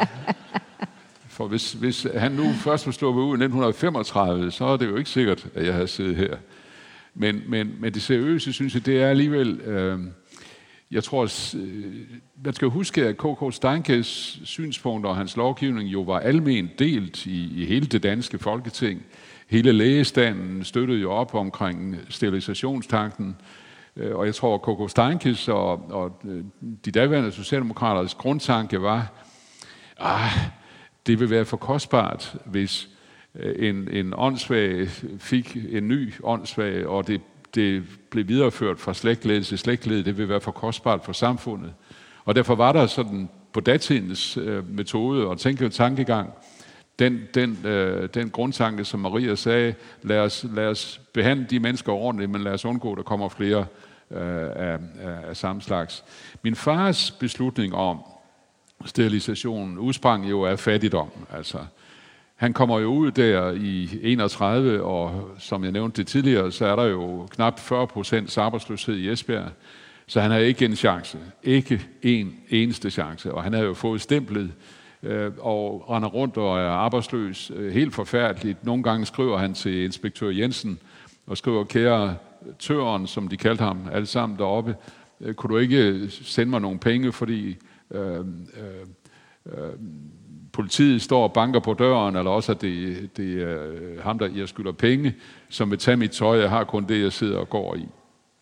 For hvis, hvis han nu først var sluppet ud i nitten femogtredive, så er det jo ikke sikkert, at jeg havde siddet her. Men, men, men det seriøse, synes jeg, det er alligevel... Øh, jeg tror, øh, man skal huske, at K K Steinkes synspunkter og hans lovgivning jo var alment delt i, i hele det danske Folketing. Hele lægestanden støttede jo op omkring sterilisationstanken. Øh, og jeg tror, at K K Steinkes og, og de daværende socialdemokraters grundtanke var, ah, det vil være for kostbart, hvis en, en åndssvag fik en ny åndssvag, og det, det blev videreført fra slægtled til slægtled. Det vil være for kostbart for samfundet. Og derfor var der sådan på datidens øh, metode og tænke, tankegang, den, den, øh, den grundtanke, som Maria sagde, lad os, lad os behandle de mennesker ordentligt, men lad os undgå, at der kommer flere øh, af, af, af samme slags. Min fars beslutning om sterilisationen udsprang jo af fattigdom, altså. Han kommer jo ud der i enogtredive, og som jeg nævnte det tidligere, så er der jo knap fyrre procent arbejdsløshed i Esbjerg. Så han har ikke en chance. Ikke en eneste chance. Og han har jo fået stemplet øh, og render rundt og er arbejdsløs. Helt forfærdeligt. Nogle gange skriver han til inspektør Jensen og skriver, kære tøren, som de kaldte ham, alle sammen deroppe, øh, kunne du ikke sende mig nogle penge, fordi... Øh, øh, øh, politiet står og banker på døren, eller også at det, det er ham, der jeg skylder penge, som vil tage mit tøj. Jeg har kun det, jeg sidder og går i.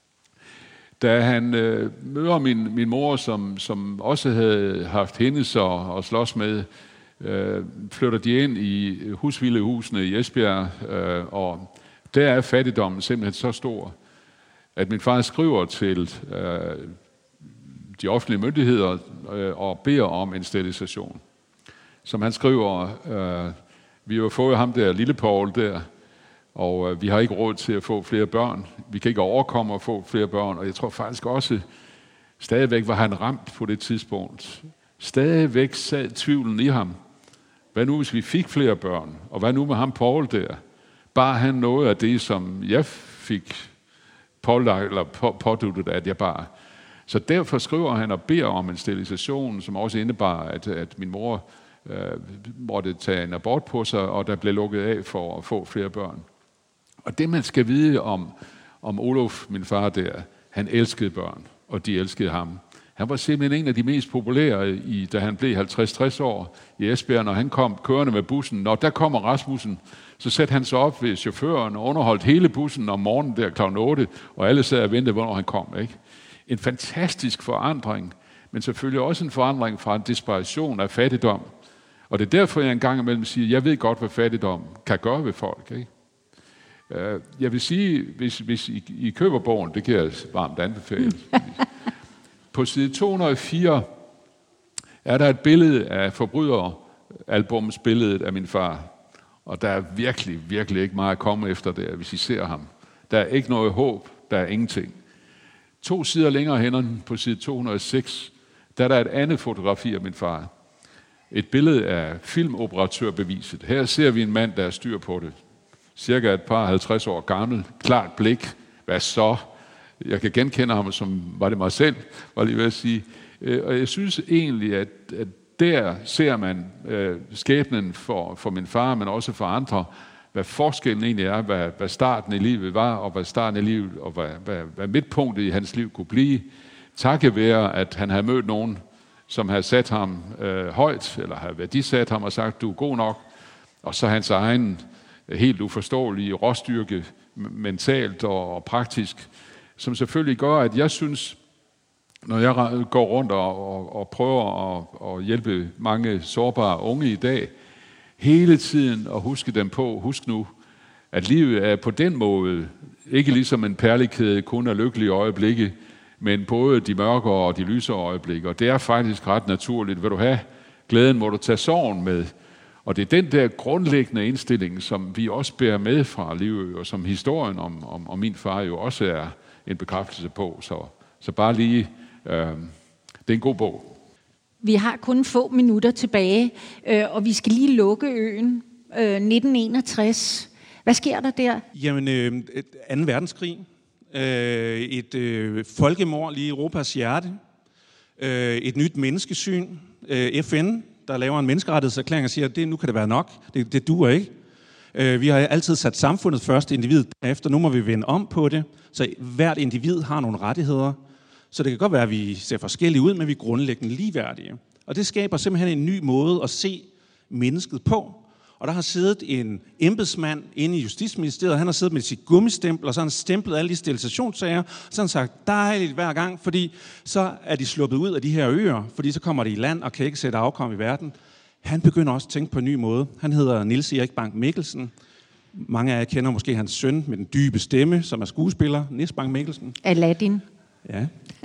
Da han øh, møder min, min mor, som, som også havde haft hendes og, og slås med, øh, flytter de ind i husvildehusene i Esbjerg, øh, og der er fattigdommen simpelthen så stor, at min far skriver til øh, de offentlige myndigheder øh, og beder om en sterilisation. Som han skriver, øh, vi har fået ham der, lille Paul der, og øh, vi har ikke råd til at få flere børn. Vi kan ikke overkomme at få flere børn, og jeg tror faktisk også, stadigvæk var han ramt på det tidspunkt. Stadigvæk sad tvivlen i ham. Hvad nu, hvis vi fik flere børn? Og hvad nu med ham Paul der? Bare han noget af det, som jeg fik pålagt, eller på, påduttet, at jeg bare... Så derfor skriver han og beder om en sterilisation, som også indebar, at, at min mor øh, måtte tage en abort på sig, og der blev lukket af for at få flere børn. Og det, man skal vide om, om Olof, min far der, han elskede børn, og de elskede ham. Han var simpelthen en af de mest populære, i, da han blev halvtreds til tres år i Esbjerg, når han kom kørende med bussen. Når der kommer Rasmussen, så satte han sig op ved chaufføren og underholdt hele bussen om morgenen der klokken otte, og alle sad og ventede, hvornår han kom, ikke? En fantastisk forandring, men selvfølgelig også en forandring fra en desperation af fattigdom. Og det er derfor, jeg en gang imellem siger, jeg ved godt, hvad fattigdom kan gøre ved folk. Ikke? Jeg vil sige, hvis, hvis I, I køber bogen, det kan jeg varmt anbefale. På side to hundrede og fire er der et billede af forbryderalbumsbilledet af min far. Og der er virkelig, virkelig ikke meget at komme efter der, hvis I ser ham. Der er ikke noget håb, der er ingenting. To sider længere hen på side to hundrede og seks, der er der et andet fotografi af min far. Et billede af filmoperatørbeviset. Her ser vi en mand, der er styr på det. Cirka et par halvtreds år gammel. Klart blik. Hvad så? Jeg kan genkende ham, som var det mig selv, var lige ved at sige. Og jeg synes egentlig, at, at der ser man øh, skæbnen for, for min far, men også for andre, hvad forskellen egentlig er, hvad, hvad starten i livet var, og hvad starten i livet, og hvad, hvad, hvad midtpunktet i hans liv kunne blive. Takket være, at han havde mødt nogen, som havde sat ham øh, højt, eller havde værdisat ham og sagt, du er god nok, og så hans egen helt uforståelige råstyrke, mentalt og, og praktisk, som selvfølgelig gør, at jeg synes, når jeg går rundt og, og, og prøver at, at hjælpe mange sårbare unge i dag, hele tiden at huske dem på, husk nu, at livet er på den måde ikke ligesom en perlekæde kun af lykkelige øjeblikke, men både de mørkere og de lysere øjeblikke. Og det er faktisk ret naturligt. Vil du have glæden, må du tage sorgen med. Og det er den der grundlæggende indstilling, som vi også bærer med fra Livø, og som historien om, om, om min far jo også er en bekræftelse på. Så, så bare lige, øh, det er en god bog. Vi har kun få minutter tilbage, øh, og vi skal lige lukke øen. Øh, nitten enogtres. Hvad sker der der? Jamen, øh, anden verdenskrig. Øh, et øh, folkemord lige i Europas hjerte. Øh, et nyt menneskesyn. Øh, F N, der laver en menneskerettighedserklæring og siger, at det, nu kan det være nok. Det, det duer ikke. Øh, vi har altid sat samfundet først, individet efter. Nu må vi vende om på det. Så hvert individ har nogle rettigheder. Så det kan godt være, at vi ser forskellige ud, men vi er grundlæggende ligeværdige. Og det skaber simpelthen en ny måde at se mennesket på. Og der har siddet en embedsmand inde i Justitsministeriet, han har siddet med sit gummistempel, og så har han stemplet alle de sterilisationssager, så har han sagt, dejligt hver gang, fordi så er de sluppet ud af de her øer, fordi så kommer de i land og kan ikke sætte afkom i verden. Han begynder også at tænke på en ny måde. Han hedder Niels Erik Bank Mikkelsen. Mange af jer kender måske hans søn med den dybe stemme, som er skuespiller, Niels Bank Mikkelsen. Aladdin. Ja.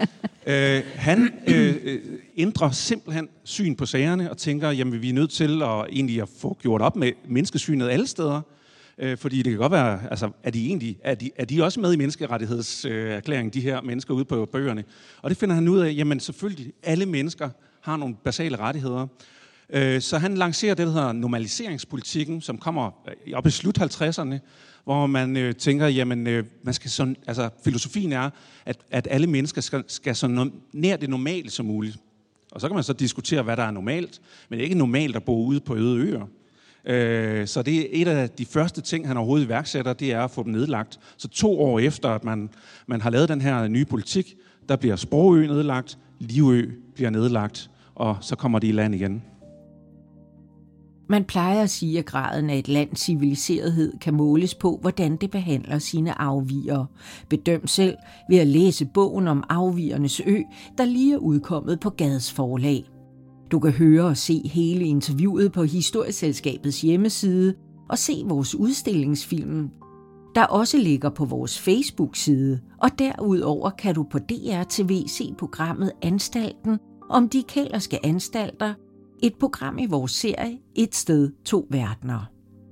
øh, han øh, ændrer simpelthen syn på sagerne og tænker, jamen vi er nødt til at egentlig at få gjort op med menneskesynet alle steder. Øh, fordi det kan godt være, altså er de egentlig, er de, er de også med i menneskerettighedserklæringen, de her mennesker ude på bøgerne? Og det finder han ud af, jamen selvfølgelig, alle mennesker har nogle basale rettigheder. Øh, så han lancerer det, der hedder normaliseringspolitikken, som kommer op i slut halvtredserne, hvor man øh, tænker, jamen, øh, man skal sådan, altså, filosofien er, at, at alle mennesker skal, skal så nær det normale som muligt. Og så kan man så diskutere, hvad der er normalt, men det er ikke normalt at bo ude på øde øer. Øh, så det er et af de første ting, han overhovedet iværksætter, det er at få dem nedlagt. Så to år efter, at man, man har lavet den her nye politik, der bliver Sprogø nedlagt, Livø bliver nedlagt, og så kommer de i land igen. Man plejer at sige, at graden af et lands civiliserethed kan måles på, hvordan det behandler sine afvigere. Bedøm selv ved at læse bogen om Afvigernes Ø, der lige er udkommet på Gads Forlag. Du kan høre og se hele interviewet på Historieselskabets hjemmeside og se vores udstillingsfilm, der også ligger på vores Facebook-side. Og derudover kan du på D R T V se programmet Anstalten om de kælderske anstalter, et program i vores serie Et sted, to verdener.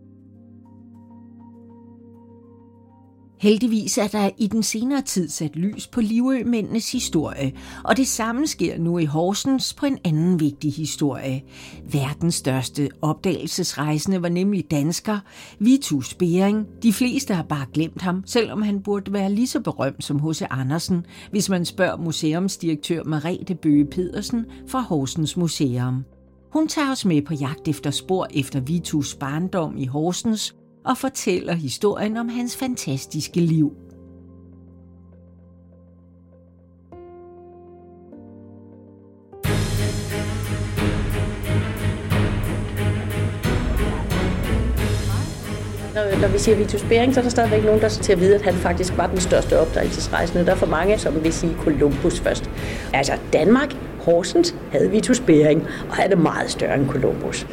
Heldigvis er der i den senere tid sat lys på Livø-mændenes historie, og det samme sker nu i Horsens på en anden vigtig historie. Verdens største opdagelsesrejsende var nemlig dansker, Vitus Bering. De fleste har bare glemt ham, selvom han burde være lige så berømt som H C Andersen, hvis man spørger museumsdirektør Merete Bøge Pedersen fra Horsens Museum. Hun tager os med på jagt efter spor efter Vitus' barndom i Horsens og fortæller historien om hans fantastiske liv. Når vi siger Vitus Bering, så er der stadigvæk nogen, der til at vide, at han faktisk var den største opdagelsesrejsende. Der er for mange, som vil sige Columbus først. Altså Danmark, Horsens, havde Vitus Bering, og han er meget større end Columbus.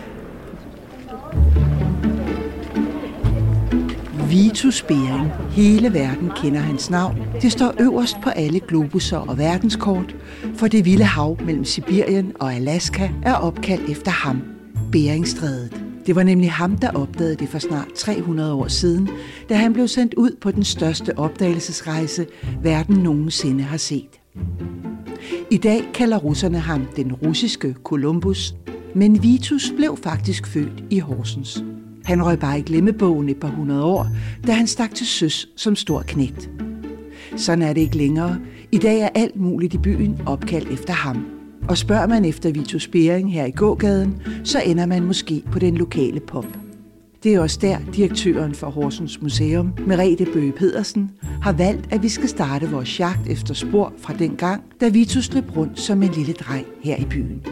Vitus Bering. Hele verden kender hans navn. Det står øverst på alle globusser og verdenskort, for det vilde hav mellem Sibirien og Alaska er opkaldt efter ham, Beringstrædet. Det var nemlig ham, der opdagede det for snart tre hundrede år siden, da han blev sendt ud på den største opdagelsesrejse, verden nogensinde har set. I dag kalder russerne ham den russiske Columbus, men Vitus blev faktisk født i Horsens. Han røg bare i glemmebogen et par hundrede år, da han stak til søs som stor knægt. Sådan er det ikke længere. I dag er alt muligt i byen opkaldt efter ham. Og spørger man efter Vitus Bering her i gågaden, så ender man måske på den lokale pub. Det er også der, direktøren for Horsens Museum, Merete Bøge Pedersen, har valgt, at vi skal starte vores jagt efter spor fra den gang, da Vitus løb rundt som en lille dreng her i byen.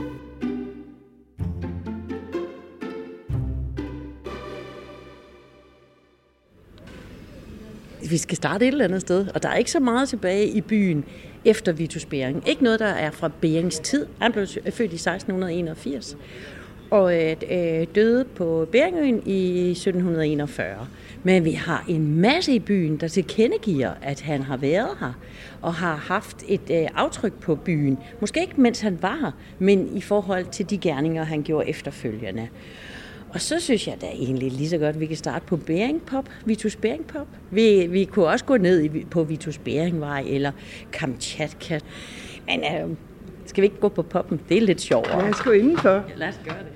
vi skal starte et eller andet sted, og der er ikke så meget tilbage i byen efter Vitus Bering. Ikke noget, der er fra Berings tid. Han blev født i seksten enogfirs og øh, døde på Beringøen i sytten enogfyrre. Men vi har en masse i byen, der tilkendegiver, at han har været her og har haft et øh, aftryk på byen. Måske ikke, mens han var her, men i forhold til de gerninger, han gjorde efterfølgende. Og så synes jeg da egentlig lige så godt, at vi kan starte på Bering Pop, Vitus Bering Pop. Vi, vi kunne også gå ned i, på Vitus Beringvej eller Kamchatka. Men øh, skal vi ikke gå på poppen? Det er lidt sjovere. Lad os gå indenfor. Ja, lad os gøre det.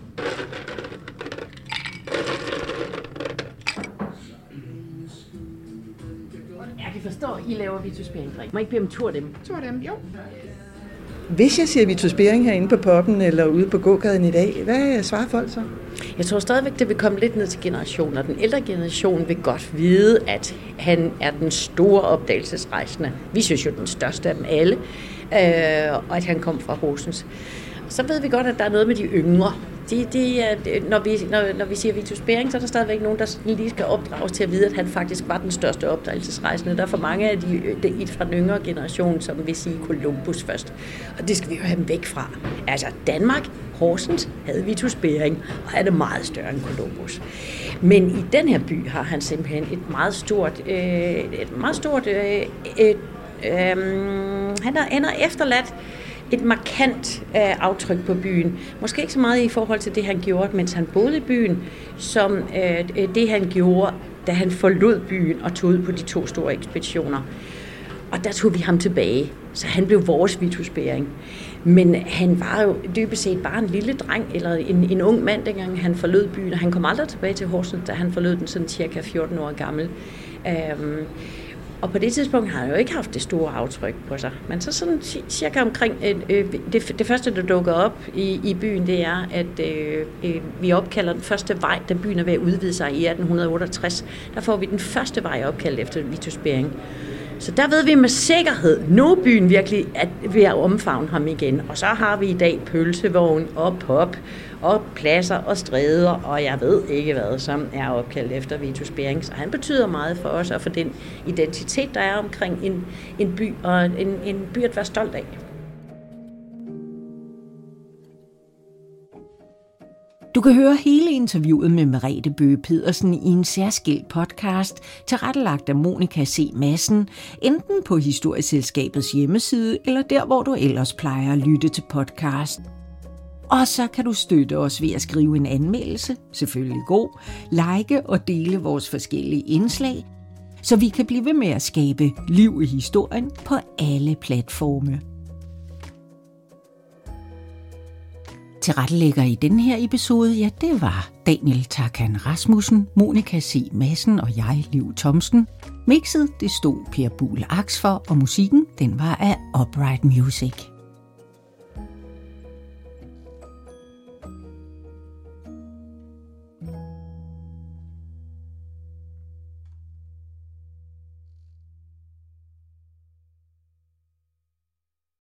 Jeg kan forstå, at I laver Vitus Bering-drik. Må I ikke bede om tur dem? Tur dem, jo. Hvis jeg siger Vitus Bering herinde på poppen eller ude på gågaden i dag, hvad svarer folk så? Jeg tror stadigvæk, det vil komme lidt ned til generationer. Den ældre generation vil godt vide, at han er den store opdagelsesrejsende. Vi synes jo, den største af dem alle, øh, og at han kom fra Horsens. Så ved vi godt, at der er noget med de yngre. De, de, når, vi, når, når vi siger Vitus Bering, så er der stadigvæk nogen, der lige skal opdrages til at vide, at han faktisk var den største opdagelsesrejsende. Der er for mange af de, de fra den yngre generation, som vil sige Columbus først. Og det skal vi jo have dem væk fra. Altså Danmark, Horsens, havde Vitus Bering, og han er meget større end Columbus. Men i den her by har han simpelthen et meget stort... Øh, et meget stort øh, øh, øh, han, er, han er efterladt et markant øh, aftryk på byen. Måske ikke så meget i forhold til det, han gjorde, mens han boede i byen, som øh, det, han gjorde, da han forlod byen og tog ud på de to store ekspeditioner. Og der tog vi ham tilbage, så han blev vores Vitus Bering. Men han var jo dybest set bare en lille dreng, eller en, en ung mand, dengang han forlod byen, og han kom aldrig tilbage til Horsens, da han forlod den sådan cirka fjorten år gammel. Øhm, Og på det tidspunkt har han jo ikke haft det store aftryk på sig. Men så sådan cirka omkring, øh, det, det første, der dukker op i, i byen, det er, at øh, vi opkalder den første vej, da byen er ved at udvide sig i atten otteogtres. Der får vi den første vej opkaldt efter Vitus Bering. Så der ved vi med sikkerhed, nu er byen virkelig at ved at omfavne ham igen. Og så har vi i dag pølsevogn og pop og pladser og stræder, og jeg ved ikke hvad, som er opkaldt efter Vitus Bering. Så han betyder meget for os og for den identitet, der er omkring en, en by, og en, en by at være stolt af. Du kan høre hele interviewet med Merete Bøge Pedersen i en særskilt podcast, tilrettelagt af Monica C. Madsen, enten på Historieselskabets hjemmeside, eller der, hvor du ellers plejer at lytte til podcast. Og så kan du støtte os ved at skrive en anmeldelse, selvfølgelig god, like og dele vores forskellige indslag, så vi kan blive ved med at skabe liv i historien på alle platforme. Tilrettelægger i den her episode, ja, det var Daniel Tarkan Rasmussen, Monica C. Madsen og jeg, Liv Thomsen. Mixet, det stod Per Buhl Aks for, og musikken, den var af Upright Music.